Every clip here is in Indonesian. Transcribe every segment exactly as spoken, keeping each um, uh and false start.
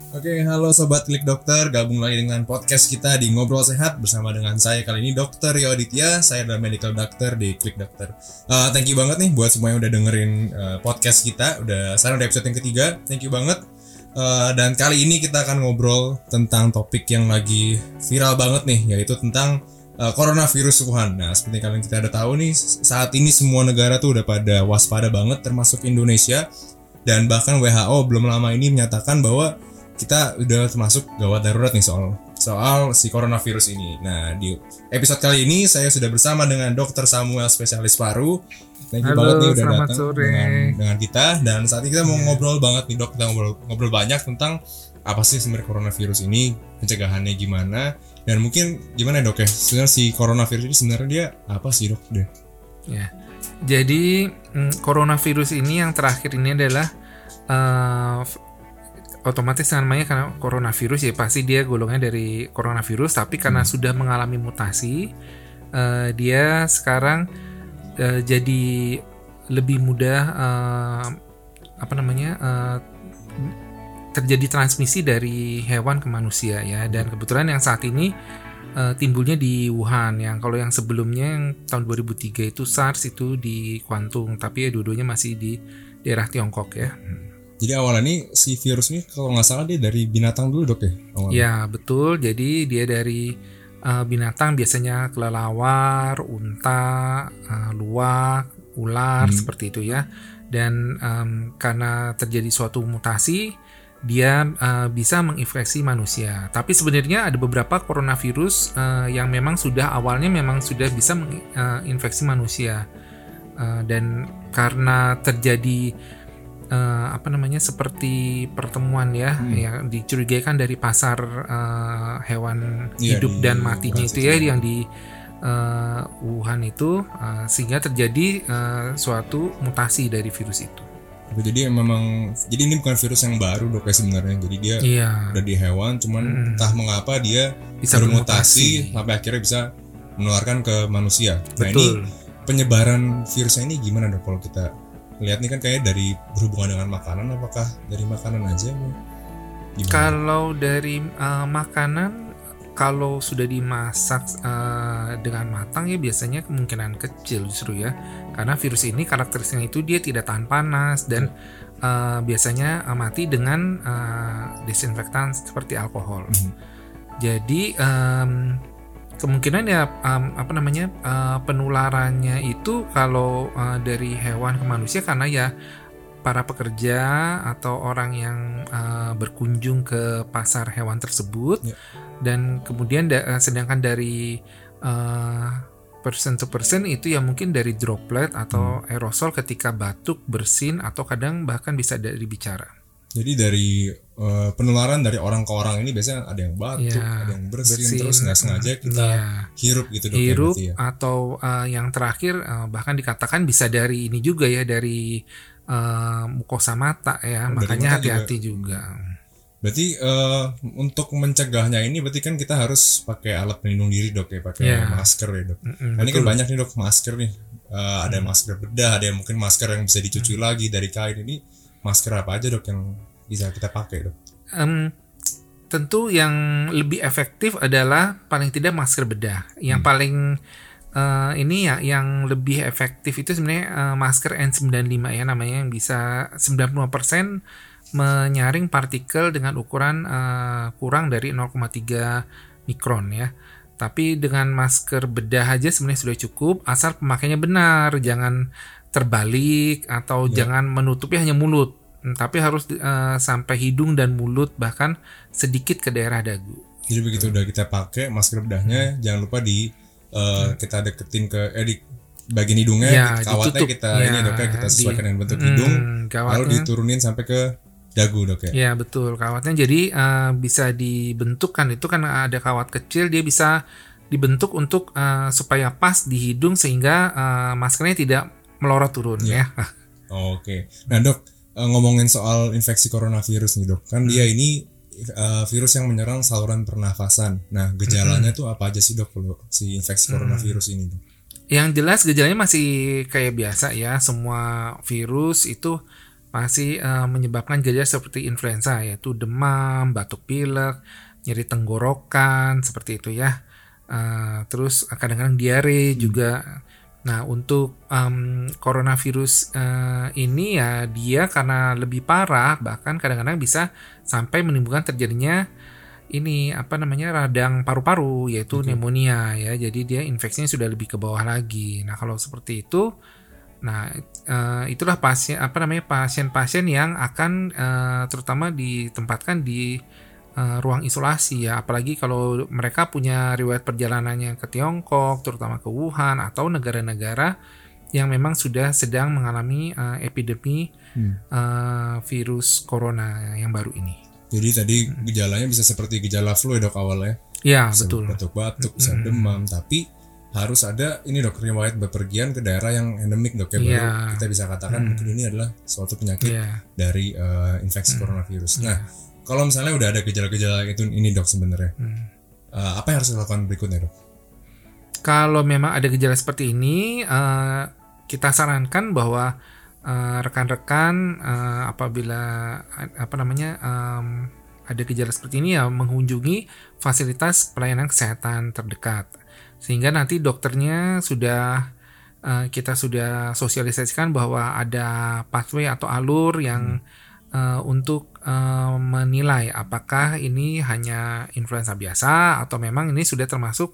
Oke, halo Sobat Klik Dokter, gabung lagi dengan podcast kita di Ngobrol Sehat bersama dengan saya kali ini Dokter Rio Aditya, saya adalah medical doctor di Klik Dokter. Uh, thank you banget nih buat semua yang udah dengerin uh, podcast kita, udah sekarang udah episode yang ketiga, thank you banget. Uh, dan kali ini kita akan ngobrol tentang topik yang lagi viral banget nih, yaitu tentang uh, coronavirus Wuhan. Nah, seperti kalian kita udah tahu nih, saat ini semua negara tuh udah pada waspada banget, termasuk Indonesia. Dan bahkan W H O belum lama ini menyatakan bahwa kita udah termasuk gawat darurat nih soal soal si coronavirus ini. Nah, di episode kali ini saya sudah bersama dengan Dokter Samuel, spesialis paru. Thank you Halo, banget nih udah datang sore. dengan dengan kita. Dan saat ini kita mau ngobrol banget nih Dok, kita ngobrol ngobrol banyak tentang apa sih sebenarnya coronavirus ini, pencegahannya gimana, dan mungkin gimana Dok ya? Sebenarnya si coronavirus ini sebenarnya dia apa sih Dok deh? Ya, jadi mm, coronavirus ini yang terakhir ini adalah uh, otomatis namanya karena coronavirus ya pasti dia golongnya dari coronavirus, tapi karena hmm. sudah mengalami mutasi, uh, dia sekarang uh, jadi lebih mudah uh, apa namanya uh, terjadi transmisi dari hewan ke manusia ya. Dan kebetulan yang saat ini uh, timbulnya di Wuhan, yang kalau yang sebelumnya yang tahun dua ribu tiga itu SARS itu di Kwantung, tapi ya dua-duanya masih di daerah Tiongkok ya. Jadi awalnya nih si virus ini kalau nggak salah dia dari binatang dulu Dok ya? Awalnya. Ya betul, jadi dia dari uh, binatang biasanya kelelawar, unta, uh, luwak, ular hmm. seperti itu ya. Dan um, karena terjadi suatu mutasi, dia uh, bisa menginfeksi manusia. Tapi sebenarnya ada beberapa coronavirus uh, yang memang sudah awalnya memang sudah bisa menginfeksi uh, manusia. Uh, dan karena terjadi Uh, apa namanya seperti pertemuan ya hmm. yang dicurigakan dari pasar uh, hewan yeah, hidup dan matinya itu ya yang di uh, Wuhan itu uh, sehingga terjadi uh, suatu mutasi dari virus itu. Jadi memang jadi ini bukan virus yang baru Dok ya sebenarnya. Jadi dia yeah. udah di hewan, cuman hmm. entah mengapa dia bisa bermutasi sampai akhirnya bisa menularkan ke manusia. Nah Betul. ini penyebaran virusnya ini gimana Dok kalau kita lihat nih kan kayak dari berhubungan dengan makanan, apakah dari makanan aja? Gimana? Kalau dari uh, makanan, kalau sudah dimasak uh, dengan matang ya biasanya kemungkinan kecil justru ya, karena virus ini karakteristiknya itu dia tidak tahan panas dan hmm. uh, biasanya uh, mati dengan uh, desinfektan seperti alkohol. Hmm. Jadi um, kemungkinan ya um, apa namanya uh, penularannya itu kalau uh, dari hewan ke manusia karena ya para pekerja atau orang yang uh, berkunjung ke pasar hewan tersebut yeah. dan kemudian da- sedangkan dari uh, person to person itu ya mungkin dari droplet atau hmm. aerosol ketika batuk, bersin atau kadang bahkan bisa dari bicara. Jadi dari uh, penularan dari orang ke orang ini biasanya ada yang batuk, ya, ada yang bersin, bersin terus nggak sengaja kita ya. hirup gitu Dok. Hirup ya, atau uh, yang terakhir uh, bahkan dikatakan bisa dari ini juga ya, dari uh, mukosa mata ya, oh, makanya hati-hati juga. juga. Berarti uh, untuk mencegahnya ini berarti kan kita harus pakai alat pelindung diri Dok ya, pakai ya. masker ya Dok. Mm-mm, nah, ini kan banyak nih Dok masker nih, uh, ada mm. masker bedah, ada yang mungkin masker yang bisa dicuci mm. lagi dari kain. Ini masker apa aja Dok yang bisa kita pakai Dok? Um, tentu yang lebih efektif adalah paling tidak masker bedah. Yang hmm. paling uh, ini ya yang lebih efektif itu sebenarnya uh, masker N sembilan puluh lima ya namanya, yang bisa sembilan puluh lima persen menyaring partikel dengan ukuran uh, kurang dari nol koma tiga mikron ya. Tapi dengan masker bedah aja sebenarnya sudah cukup asal pemakainya benar, jangan terbalik atau ya. jangan menutupi hanya mulut, tapi harus uh, sampai hidung dan mulut, bahkan sedikit ke daerah dagu. Jadi begitu udah kita pakai masker bedahnya, hmm. jangan lupa di uh, hmm. kita deketin ke eh, di bagian hidungnya, ya, kawatnya ditutup. kita ya, ini Dok ya, kita sesuaikan di, dengan bentuk hidung, hmm, lalu diturunin sampai ke dagu Dok ya. Ya betul, kawatnya jadi uh, bisa dibentuk kan, itu kan ada kawat kecil, dia bisa dibentuk untuk uh, supaya pas di hidung sehingga uh, maskernya tidak melorot turun ya. ya. Oh, Oke, okay. Nah Dok, ngomongin soal infeksi coronavirus nih Dok, kan hmm. dia ini uh, virus yang menyerang saluran pernafasan. Nah gejalanya hmm. tuh apa aja sih Dok kalau si infeksi coronavirus hmm. ini Dok? Yang jelas gejalanya masih kayak biasa ya, semua virus itu pasti uh, menyebabkan gejala seperti influenza, yaitu demam, batuk pilek, nyeri tenggorokan seperti itu ya. Uh, terus kadang-kadang diare hmm. juga. Nah, untuk um, coronavirus uh, ini ya dia karena lebih parah, bahkan kadang-kadang bisa sampai menimbulkan terjadinya ini apa namanya radang paru-paru, yaitu okay. pneumonia ya. Jadi dia infeksinya sudah lebih ke bawah lagi. Nah, kalau seperti itu, nah uh, itulah pasien apa namanya pasien-pasien yang akan uh, terutama ditempatkan di uh, ruang isolasi ya. Apalagi kalau mereka punya riwayat perjalanannya ke Tiongkok, terutama ke Wuhan atau negara-negara yang memang sudah sedang mengalami uh, epidemi hmm. uh, virus corona yang baru ini. Jadi tadi gejalanya bisa seperti gejala flu ya dok awalnya. Ya bisa betul. Batuk-batuk, bisa hmm. demam, tapi harus ada ini dok riwayat bepergian ke daerah yang endemik dok ya, baru yeah. kita bisa katakan hmm. mungkin ini adalah suatu penyakit yeah. dari uh, infeksi hmm. coronavirus. Nah yeah. kalau misalnya udah ada gejala-gejala itu ini dok sebenarnya hmm. uh, apa yang harus dilakukan berikutnya dok? Kalau memang ada gejala seperti ini, uh, kita sarankan bahwa uh, rekan-rekan uh, apabila apa namanya um, ada gejala seperti ini ya mengunjungi fasilitas pelayanan kesehatan terdekat. Sehingga nanti dokternya sudah uh, kita sudah sosialisasikan bahwa ada pathway atau alur yang hmm. uh, untuk uh, menilai apakah ini hanya influenza biasa atau memang ini sudah termasuk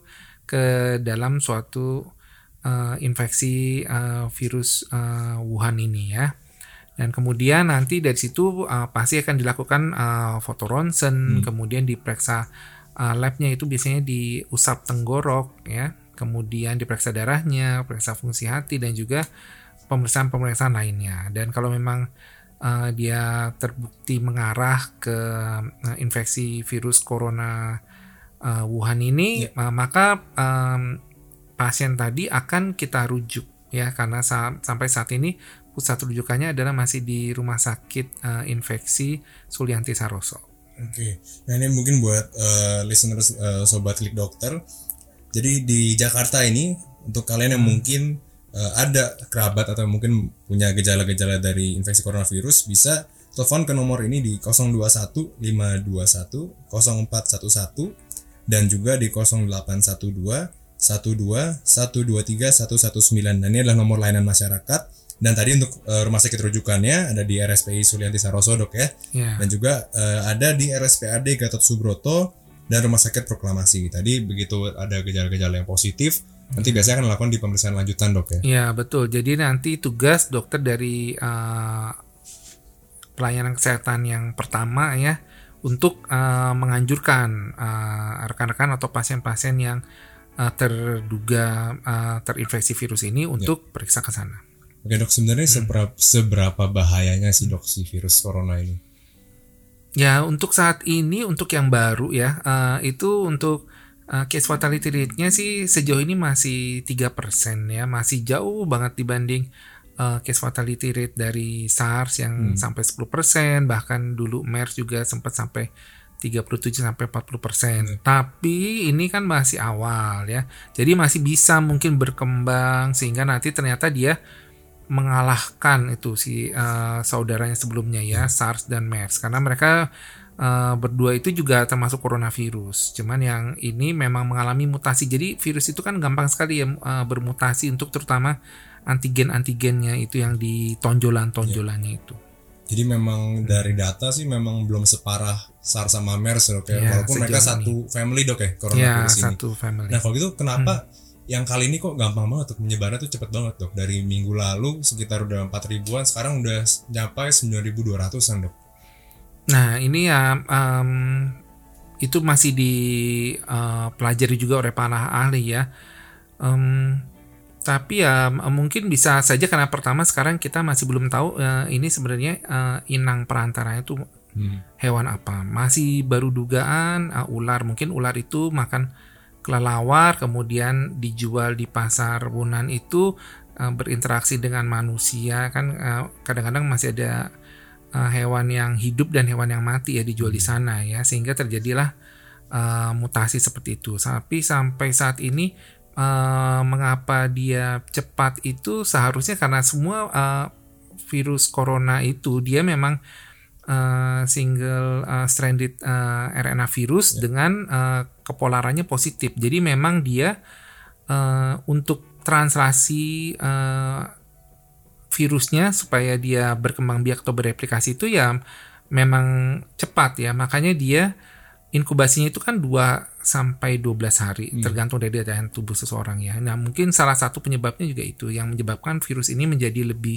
ke dalam suatu uh, infeksi uh, virus uh, Wuhan ini ya. Dan kemudian nanti dari situ uh, pasti akan dilakukan uh, foto ronsen, hmm. kemudian diperiksa Uh, labnya itu biasanya diusap tenggorok ya, kemudian diperiksa darahnya, periksa fungsi hati dan juga pemeriksaan-pemeriksaan lainnya. Dan kalau memang uh, dia terbukti mengarah ke uh, infeksi virus corona uh, Wuhan ini, yeah. uh, maka um, pasien tadi akan kita rujuk ya, karena sa- sampai saat ini pusat rujukannya adalah masih di Rumah Sakit uh, Infeksi Sulianti Saroso. Oke, okay. Nah ini mungkin buat uh, listeners uh, sobat Klik Dokter. Jadi di Jakarta ini untuk kalian yang mungkin uh, ada kerabat atau mungkin punya gejala-gejala dari infeksi coronavirus, bisa telepon ke nomor ini di nol dua satu lima dua satu nol empat satu satu dan juga di nol delapan satu dua satu dua satu dua tiga satu satu sembilan. Dan ini adalah nomor layanan masyarakat. Dan tadi untuk uh, rumah sakit rujukannya ada di R S P I Sulianti Saroso dok ya, yeah. dan juga uh, ada di R S P A D Gatot Subroto dan Rumah Sakit Proklamasi. Tadi begitu ada gejala-gejala yang positif, nanti biasanya akan melakukan di pemeriksaan lanjutan dok ya. Iya betul. Jadi nanti tugas dokter dari uh, pelayanan kesehatan yang pertama ya untuk uh, menganjurkan uh, rekan-rekan atau pasien-pasien yang uh, terduga uh, terinfeksi virus ini untuk yeah. periksa ke sana. Oke dok, sebenarnya hmm. seberapa, seberapa bahayanya sih dok si virus corona ini? Ya untuk saat ini, untuk yang baru ya, uh, itu untuk uh, case fatality rate-nya sih sejauh ini masih tiga persen ya, masih jauh banget dibanding uh, case fatality rate dari SARS yang hmm. sampai sepuluh persen, bahkan dulu MERS juga sempat sampai tiga puluh tujuh sampai empat puluh persen. Hmm. Tapi ini kan masih awal ya, jadi masih bisa mungkin berkembang sehingga nanti ternyata dia mengalahkan itu si uh, saudaranya sebelumnya ya, SARS dan MERS, karena mereka uh, berdua itu juga termasuk coronavirus, cuman yang ini memang mengalami mutasi. Jadi virus itu kan gampang sekali ya uh, bermutasi untuk terutama antigen-antigennya itu yang di tonjolan-tonjolannya ya. Itu jadi memang dari data sih memang belum separah SARS sama MERS dok ya, ya walaupun mereka satu family dok ya coronavirus ya, ini satu family. Nah kalau gitu kenapa hmm. yang kali ini kok gampang banget tuh penyebarannya tuh cepet banget dok, dari minggu lalu sekitar udah empat ribuan, sekarang udah nyampe sembilan ribu dua ratusan dok. Nah ini ya um, itu masih dipelajari uh, juga oleh para ahli ya, um, tapi ya mungkin bisa saja karena pertama sekarang kita masih belum tahu uh, ini sebenarnya uh, inang perantaranya itu hmm. hewan apa, masih baru dugaan uh, ular, mungkin ular itu makan kelelawar kemudian dijual di pasar Wuhan itu uh, berinteraksi dengan manusia kan, uh, kadang-kadang masih ada uh, hewan yang hidup dan hewan yang mati ya dijual di sana ya, sehingga terjadilah uh, mutasi seperti itu. Tapi sampai saat ini uh, mengapa dia cepat itu seharusnya karena semua uh, virus corona itu dia memang uh, single uh, stranded uh, R N A virus yeah. dengan uh, kepolarannya positif. Jadi memang dia uh, untuk translasi uh, virusnya supaya dia berkembang biak atau bereplikasi itu ya memang cepat ya. Makanya dia inkubasinya itu kan dua sampai dua belas hari hmm. tergantung dari daya tahan tubuh seseorang ya. Nah, mungkin salah satu penyebabnya juga itu yang menyebabkan virus ini menjadi lebih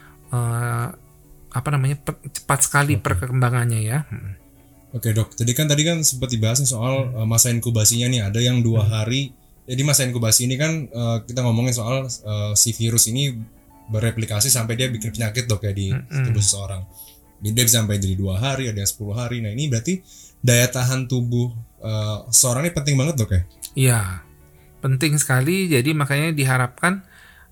uh, apa namanya cepat sekali okay. perkembangannya ya. Hmm. Oke, Dok. Tadi kan tadi kan sempat dibahas soal hmm. masa inkubasinya nih, ada yang dua hmm. hari. Jadi masa inkubasi ini kan uh, kita ngomongin soal uh, si virus ini bereplikasi sampai dia bikin penyakit, Dok, ya di hmm. tubuh seseorang. Dia bisa sampai jadi dua hari, ada yang sepuluh hari. Nah, ini berarti daya tahan tubuh uh, seorang ini penting banget, Dok, ya? Iya, penting sekali. Jadi makanya diharapkan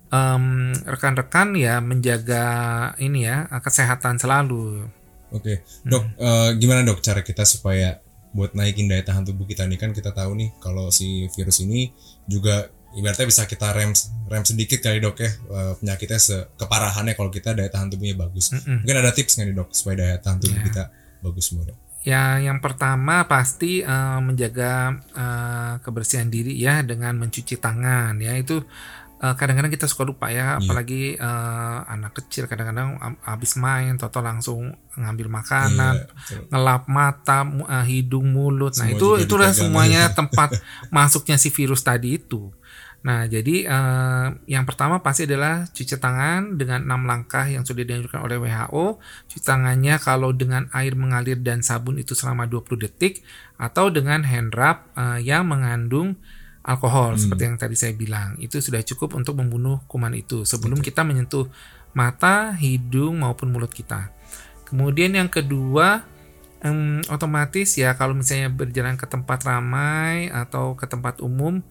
um, rekan-rekan ya menjaga ini ya kesehatan selalu. Oke, Dok, hmm. uh, gimana, Dok, cara kita supaya buat naikin daya tahan tubuh kita nih? Kan kita tahu nih kalau si virus ini juga ibaratnya bisa kita rem rem sedikit kali, Dok, ya, uh, penyakitnya se- keparahannya kalau kita daya tahan tubuhnya bagus. Mm-mm. Mungkin ada tips nggak nih, Dok, supaya daya tahan tubuh yeah. kita bagus semua, Dok? Ya, yang pertama pasti uh, menjaga uh, kebersihan diri ya dengan mencuci tangan ya. Itu uh, kadang-kadang kita suka lupa ya, yeah. apalagi uh, anak kecil kadang-kadang habis main atau langsung ngambil makanan, yeah, ngelap mata, uh, hidung, mulut. Semua nah, itu itulah semuanya tempat masuknya si virus tadi itu. Nah, jadi eh, yang pertama pasti adalah cuci tangan dengan enam langkah yang sudah dianjurkan oleh W H O. Cuci tangannya kalau dengan air mengalir dan sabun itu selama dua puluh detik atau dengan hand rub eh, yang mengandung alkohol hmm. seperti yang tadi saya bilang. Itu sudah cukup untuk membunuh kuman itu sebelum okay. kita menyentuh mata, hidung maupun mulut kita. Kemudian yang kedua, em, otomatis ya kalau misalnya berjalan ke tempat ramai atau ke tempat umum,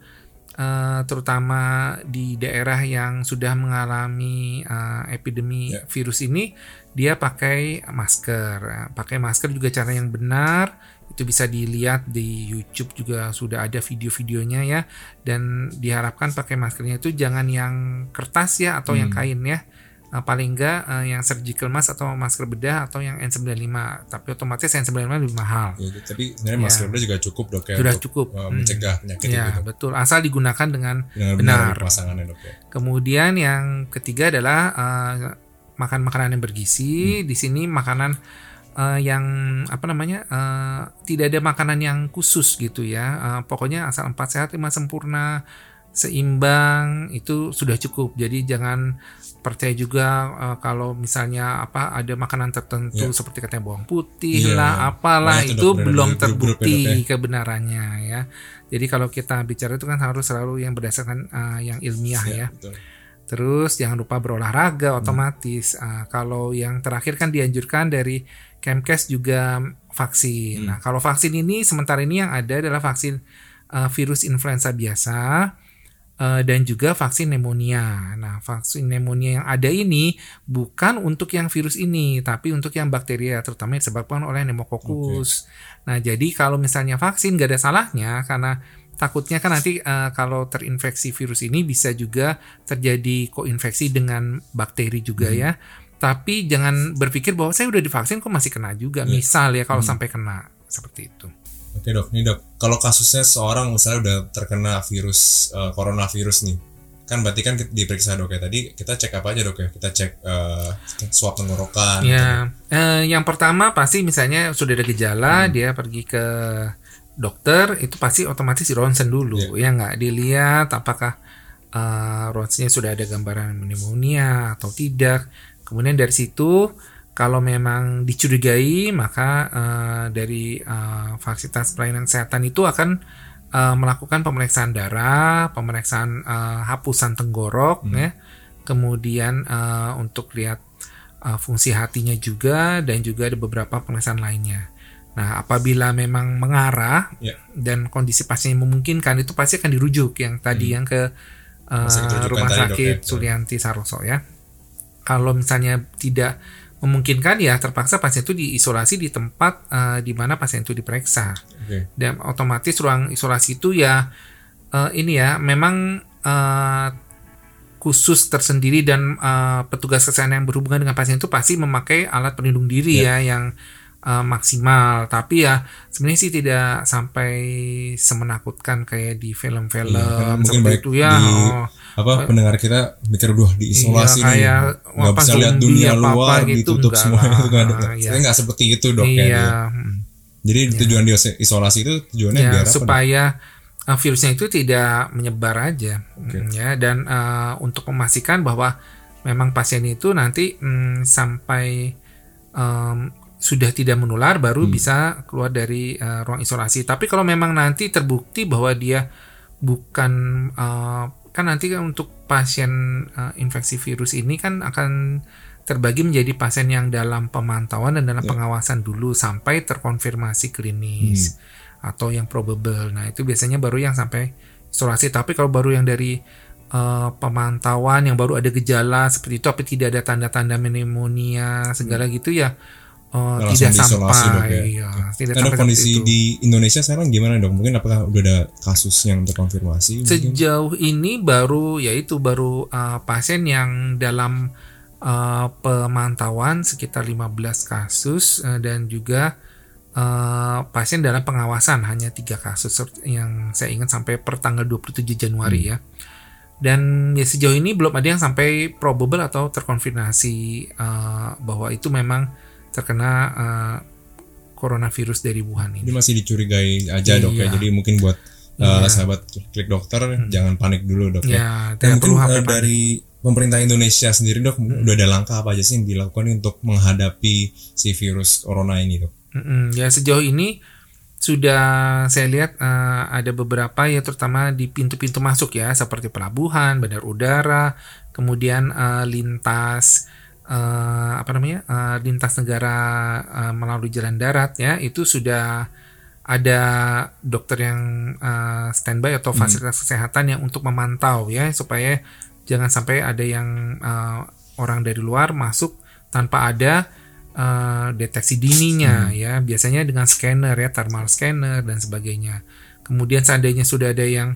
Uh, terutama di daerah yang sudah mengalami uh, epidemi yeah. virus ini, dia pakai masker. Uh, pakai masker juga cara yang benar. Itu bisa dilihat di YouTube juga sudah ada video-videonya ya. Dan diharapkan pakai maskernya itu jangan yang kertas ya atau hmm. yang kain ya. Uh, paling enggak uh, yang surgical mask atau masker bedah atau yang N sembilan puluh lima, tapi otomatis N sembilan puluh lima lebih mahal. Ya, tapi sebenarnya masker bedah ya. juga cukup, Dok, ya. Sudah untuk, cukup uh, mencegah hmm. penyakit ya, itu. Betul, asal digunakan dengan, dengan benar. Pasangannya, Dok, ya. Kemudian yang ketiga adalah uh, makan makanan yang bergizi. Hmm. Di sini makanan uh, yang apa namanya uh, tidak ada makanan yang khusus gitu ya. Uh, pokoknya asal empat sehat lima sempurna, seimbang itu sudah cukup. Jadi jangan percaya juga uh, kalau misalnya apa ada makanan tertentu yeah. seperti katanya bawang putih yeah. lah apalah nah, itu belum terbukti kebenarannya ya. Jadi kalau kita bicara itu kan harus selalu yang berdasarkan uh, yang ilmiah yeah, ya. Betul. Terus jangan lupa berolahraga otomatis. Hmm. Uh, kalau yang terakhir kan dianjurkan dari Kemkes juga vaksin. Hmm. Nah kalau vaksin ini sementara ini yang ada adalah vaksin uh, virus influenza biasa. Uh, dan juga vaksin pneumonia. Nah, vaksin pneumonia yang ada ini bukan untuk yang virus ini, tapi untuk yang bakteria, terutama yang disebabkan oleh pneumococcus. Okay. Nah, jadi kalau misalnya vaksin gak ada salahnya, karena takutnya kan nanti uh, kalau terinfeksi virus ini bisa juga terjadi koinfeksi dengan bakteri juga hmm. ya. Tapi jangan berpikir bahwa saya udah divaksin kok masih kena juga. Yeah. Misal ya kalau hmm. sampai kena seperti itu. Oke, Dok, nih, Dok, kalau kasusnya seorang misalnya udah terkena virus uh, coronavirus nih, kan berarti kan diperiksa, Dok, ya. Tadi kita cek apa aja, Dok, ya? Kita cek uh, swab tenggorokan. Ya, gitu. uh, yang pertama pasti misalnya sudah ada gejala, hmm. dia pergi ke dokter, itu pasti otomatis di ronsen dulu, yeah. ya nggak, dilihat apakah uh, ronsennya sudah ada gambaran pneumonia atau tidak. Kemudian dari situ kalau memang dicurigai, maka uh, dari uh, fasilitas pelayanan kesehatan itu akan uh, melakukan pemeriksaan darah, pemeriksaan uh, hapusan tenggorok, hmm. ya. Kemudian uh, untuk lihat uh, fungsi hatinya juga, dan juga ada beberapa pemeriksaan lainnya. Nah, apabila memang mengarah yeah. dan kondisi pasiennya memungkinkan, itu pasti akan dirujuk yang tadi hmm. yang ke uh, rumah sakit Sulianti Saroso ya. Kalau misalnya tidak memungkinkan ya terpaksa pasien itu diisolasi di tempat uh, di mana pasien itu diperiksa. Okay. Dan otomatis ruang isolasi itu ya uh, ini ya memang uh, khusus tersendiri dan uh, petugas kesehatan yang berhubungan dengan pasien itu pasti memakai alat pelindung diri yeah. ya yang uh, maksimal. Tapi ya sebenarnya sih tidak sampai semenakutkan kayak di film-film yeah, seperti itu ya. Di, oh, apa pendengar kita mikir duh diisolasi iya, nih nggak bisa lihat dunia luar gitu, ditutup semua itu nggak ada. Iya. Saya nggak seperti itu dok iya. ya. Jadi yeah. tujuan diisolasi itu tujuannya yeah, biar apa? Supaya dok? virusnya itu tidak menyebar aja, okay. ya dan uh, untuk memastikan bahwa memang pasien itu nanti um, sampai um, sudah tidak menular baru hmm. bisa keluar dari uh, ruang isolasi. Tapi kalau memang nanti terbukti bahwa dia bukan uh, kan nanti kan untuk pasien uh, infeksi virus ini kan akan terbagi menjadi pasien yang dalam pemantauan dan dalam yeah. pengawasan dulu sampai terkonfirmasi klinis. Hmm. Atau yang probable. Nah itu biasanya baru yang sampai isolasi. Tapi kalau baru yang dari uh, pemantauan yang baru ada gejala seperti itu tapi tidak ada tanda-tanda pneumonia segala hmm. gitu ya uh, tidak sampai dok, ya. Ya, tidak ada sampai kondisi di Indonesia sekarang gimana dok? Mungkin apakah udah ada kasus yang terkonfirmasi? Sejauh mungkin? Ini baru yaitu baru uh, pasien yang dalam uh, pemantauan sekitar lima belas kasus uh, dan juga Uh, pasien dalam pengawasan hanya tiga kasus yang saya ingat sampai per tanggal dua puluh tujuh Januari hmm. ya. Dan ya sejauh ini belum ada yang sampai probable atau terkonfirmasi uh, bahwa itu memang terkena uh, coronavirus dari Wuhan ini. Ini masih dicurigai aja dok iya. ya. Jadi mungkin buat uh, iya. sahabat Klik Dokter hmm. jangan panik dulu dok ya. ya. Dan mungkin uh, dari pemerintah Indonesia sendiri dok, hmm. udah ada langkah apa aja sih yang dilakukan untuk menghadapi si virus corona ini dok? Mm-mm, ya sejauh ini sudah saya lihat uh, ada beberapa ya terutama di pintu-pintu masuk ya seperti pelabuhan, bandar udara, kemudian uh, lintas uh, apa namanya uh, lintas negara uh, melalui jalan darat ya itu sudah ada dokter yang uh, standby atau fasilitas hmm. kesehatan yang untuk memantau ya supaya jangan sampai ada yang uh, orang dari luar masuk tanpa ada Uh, deteksi dininya hmm. ya biasanya dengan scanner ya thermal scanner dan sebagainya. Kemudian seandainya sudah ada yang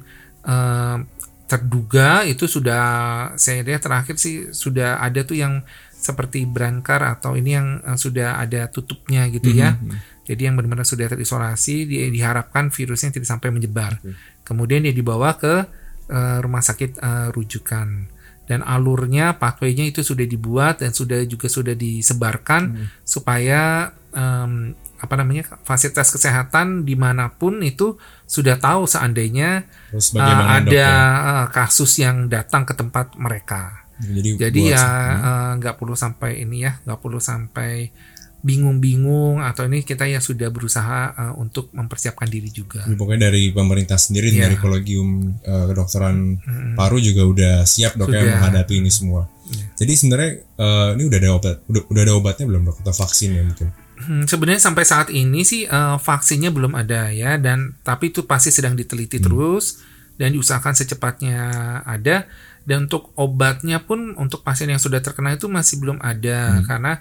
uh, terduga itu sudah saya lihat terakhir sih sudah ada tuh yang seperti brancar atau ini yang uh, sudah ada tutupnya gitu hmm. ya. Jadi yang benar-benar sudah terisolasi di, diharapkan virusnya tidak sampai menyebar. Hmm. Kemudian dia dibawa ke uh, rumah sakit uh, rujukan. Dan alurnya, pathway-nya itu sudah dibuat dan sudah juga sudah disebarkan hmm. supaya um, apa namanya fasilitas kesehatan dimanapun itu sudah tahu seandainya uh, ada uh, kasus yang datang ke tempat mereka. Jadi, Jadi ya nggak uh, perlu sampai ini ya, nggak perlu sampai bingung-bingung atau ini kita ya sudah berusaha uh, untuk mempersiapkan diri juga. Pokoknya dari pemerintah sendiri yeah. dari Kolegium uh, Kedokteran mm-hmm. Paru juga udah siap dok ya menghadapi ini semua. Yeah. Jadi sebenarnya uh, ini udah ada obat, udah, udah ada obatnya belum dok atau vaksin ya mungkin? Hmm, sebenarnya sampai saat ini sih uh, vaksinnya belum ada ya dan tapi itu pasti sedang diteliti hmm. terus dan diusahakan secepatnya ada dan untuk obatnya pun untuk pasien yang sudah terkena itu masih belum ada hmm. karena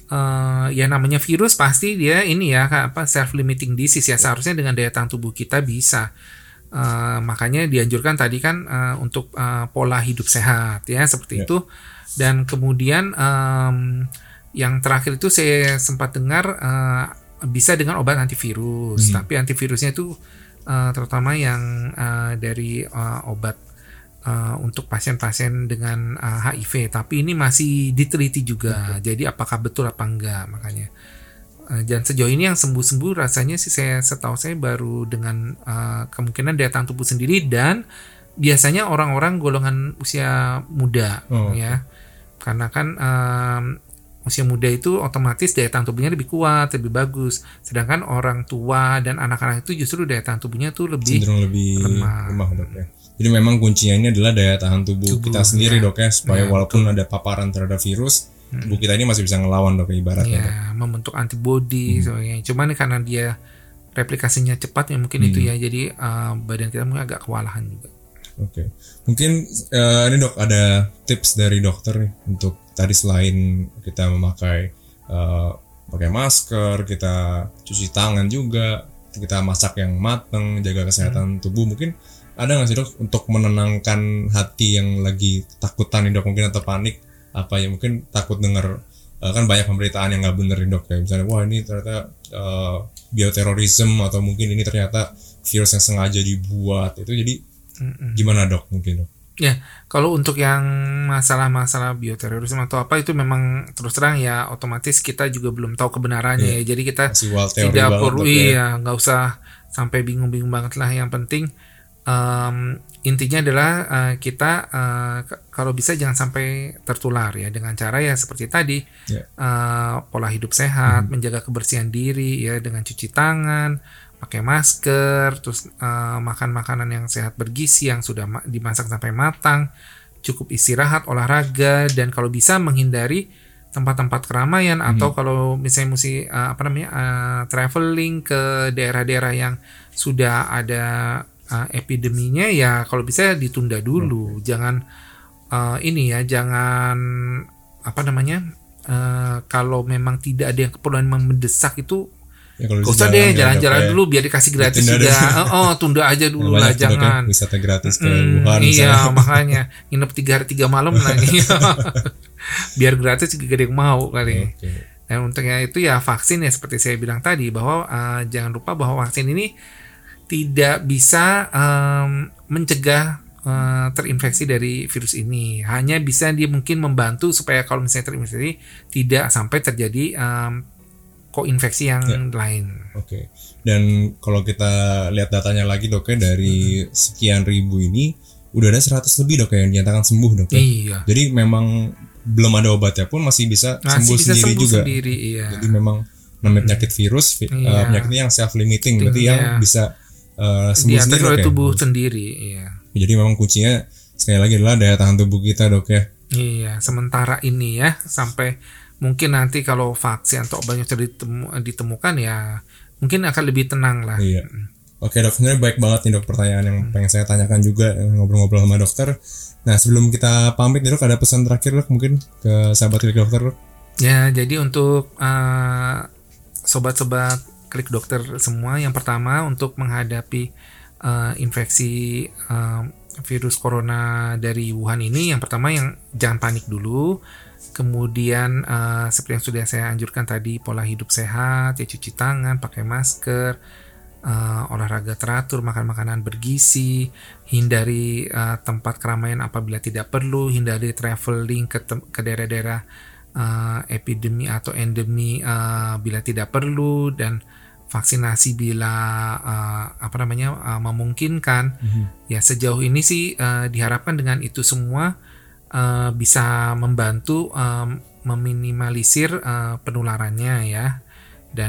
Uh, ya namanya virus pasti dia ini ya apa self limiting disease ya seharusnya dengan daya tahan tubuh kita bisa uh, makanya dianjurkan tadi kan uh, untuk uh, pola hidup sehat ya seperti yeah. itu dan kemudian um, yang terakhir itu saya sempat dengar uh, bisa dengan obat antivirus mm-hmm. tapi antivirusnya itu uh, terutama yang uh, dari uh, obat Uh, untuk pasien-pasien dengan uh, H I V, tapi ini masih diteliti juga. Okay. Jadi apakah betul apa enggak makanya. Uh, dan sejauh ini yang sembuh-sembuh rasanya sih saya setahu saya baru dengan uh, kemungkinan daya tahan tubuh sendiri dan biasanya orang-orang golongan usia muda oh. ya. Karena kan um, usia muda itu otomatis daya tahan tubuhnya lebih kuat, lebih bagus. Sedangkan orang tua dan anak-anak itu justru daya tahan tubuhnya tuh lebih cenderung lebih lemah. lemah dok ya. Jadi memang kuncinya ini adalah daya tahan tubuh, tubuh kita sendiri ya. dok ya supaya ya, walaupun betul. ada paparan terhadap virus, hmm. tubuh kita ini masih bisa ngelawan dok ibaratnya. Ya, dok. membentuk antibodi, hmm. soalnya. Cuman karena dia replikasinya cepat ya mungkin hmm. itu ya, jadi uh, badan kita mungkin agak kewalahan juga. Oke, okay. Mungkin uh, ini dok ada tips dari dokter nih untuk tadi selain kita memakai uh, pakai masker, kita cuci tangan juga, kita masak yang matang, jaga kesehatan hmm. tubuh mungkin. ada nggak sih dok untuk menenangkan hati yang lagi takutan nih dok mungkin atau panik apa ya mungkin takut dengar uh, kan banyak pemberitaan yang nggak bener nih dok kayak misalnya wah ini ternyata uh, bioterorisme atau mungkin ini ternyata virus yang sengaja dibuat itu jadi Mm-mm. gimana dok mungkin dok? Ya, kalau untuk yang masalah-masalah bioterorisme atau apa itu memang terus terang ya otomatis kita juga belum tahu kebenarannya yeah. ya. Jadi kita tidak perlu iya nggak usah sampai bingung-bingung banget lah. Yang penting um, intinya adalah uh, kita uh, k- kalau bisa jangan sampai tertular ya dengan cara ya seperti tadi yeah. uh, pola hidup sehat, mm-hmm. menjaga kebersihan diri ya dengan cuci tangan, pakai masker, terus uh, makan makanan yang sehat bergizi yang sudah ma- dimasak sampai matang, cukup istirahat, olahraga, dan kalau bisa menghindari tempat-tempat keramaian mm-hmm. atau kalau misalnya mesti uh, apa namanya uh, traveling ke daerah-daerah yang sudah ada uh, epideminya ya kalau bisa ditunda dulu, okay. jangan uh, ini ya jangan apa namanya uh, kalau memang tidak ada yang keperluan mendesak itu ya, gak usah deh jalan-jalan dulu biar dikasih gratis juga. Oh, oh tunda aja dulu lah jangan. Wisata gratis ke hmm, Wuhan. Iya makanya nginep tiga hari tiga malam lagi. Biar gratis juga gak ada yang mau kali. Okay. Dan untungnya itu ya vaksin ya seperti saya bilang tadi bahwa uh, jangan lupa bahwa vaksin ini tidak bisa um, mencegah uh, terinfeksi dari virus ini. Hanya bisa dia mungkin membantu supaya kalau misalnya terinfeksi tidak sampai terjadi um, koinfeksi yang ya. lain. Oke. Okay. Dan kalau kita lihat datanya lagi dok ya dari hmm. sekian ribu ini udah ada seratus lebih dok ya yang dinyatakan sembuh dok ya. Iya. Jadi memang belum ada obatnya pun masih bisa masih sembuh bisa sendiri sembuh juga. Sendiri, iya. Jadi memang namanya penyakit virus, vi- iya. uh, penyakitnya yang self limiting, berarti iya. yang bisa uh, sembuh diatas sendiri oleh dok tubuh ya? sendiri. Iya. Jadi memang kuncinya sekali lagi adalah daya tahan tubuh kita dok ya. Iya. Sementara ini ya sampai mungkin nanti kalau vaksin atau obatnya sudah ditemu, ditemukan ya mungkin akan lebih tenang lah. Iya. Oke dok, sebenarnya baik banget nih dok pertanyaan yang pengen saya tanyakan juga ngobrol-ngobrol sama dokter. Nah sebelum kita pamit nih dok ada pesan terakhir dok mungkin ke sahabat Klik Dokter dok? Ya jadi untuk uh, sobat-sobat Klik Dokter semua yang pertama untuk menghadapi uh, infeksi uh, virus corona dari Wuhan ini yang pertama yang jangan panik dulu. Kemudian uh, seperti yang sudah saya anjurkan tadi pola hidup sehat, ya cuci tangan, pakai masker, uh, olahraga teratur, makan makanan bergizi, hindari uh, tempat keramaian apabila tidak perlu, hindari traveling ke, tem- ke daerah-daerah uh, epidemi atau endemi uh, bila tidak perlu dan vaksinasi bila uh, apa namanya uh, memungkinkan. Mm-hmm. Ya sejauh ini sih uh, diharapkan dengan itu semua Uh, bisa membantu um, meminimalisir uh, penularannya ya dan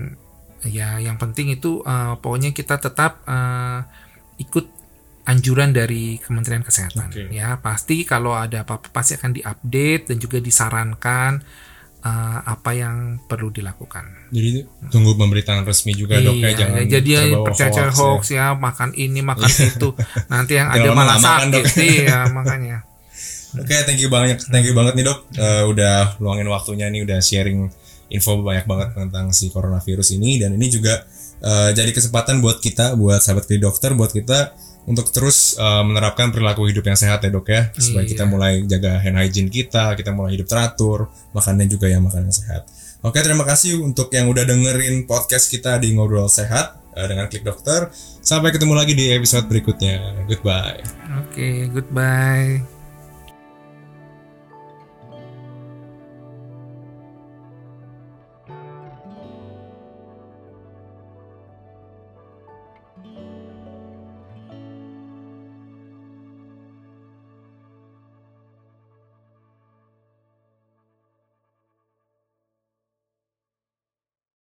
ya yang penting itu uh, pokoknya kita tetap uh, ikut anjuran dari Kementerian Kesehatan. Okay. Ya pasti kalau ada apa-apa pasti akan diupdate dan juga disarankan uh, apa yang perlu dilakukan. Jadi tunggu pemberitaan resmi juga iya, dok ya jangan ya, jadi percaya hoax, hoax ya. ya makan ini makan itu nanti yang ada malah sakit ya makanya. Oke, okay, thank you banyak, thank you banget nih dok, uh, udah luangin waktunya nih, udah sharing info banyak banget tentang si coronavirus ini dan ini juga uh, jadi kesempatan buat kita, buat sahabat Klik Dokter, buat kita untuk terus uh, menerapkan perilaku hidup yang sehat ya dok ya, supaya iya. kita mulai jaga hand hygiene kita, kita mulai hidup teratur, makannya juga yang makanan sehat. Oke, okay, terima kasih untuk yang udah dengerin podcast kita di Ngobrol Sehat uh, dengan Klik Dokter. Sampai ketemu lagi di episode berikutnya. Goodbye. Oke, okay, goodbye.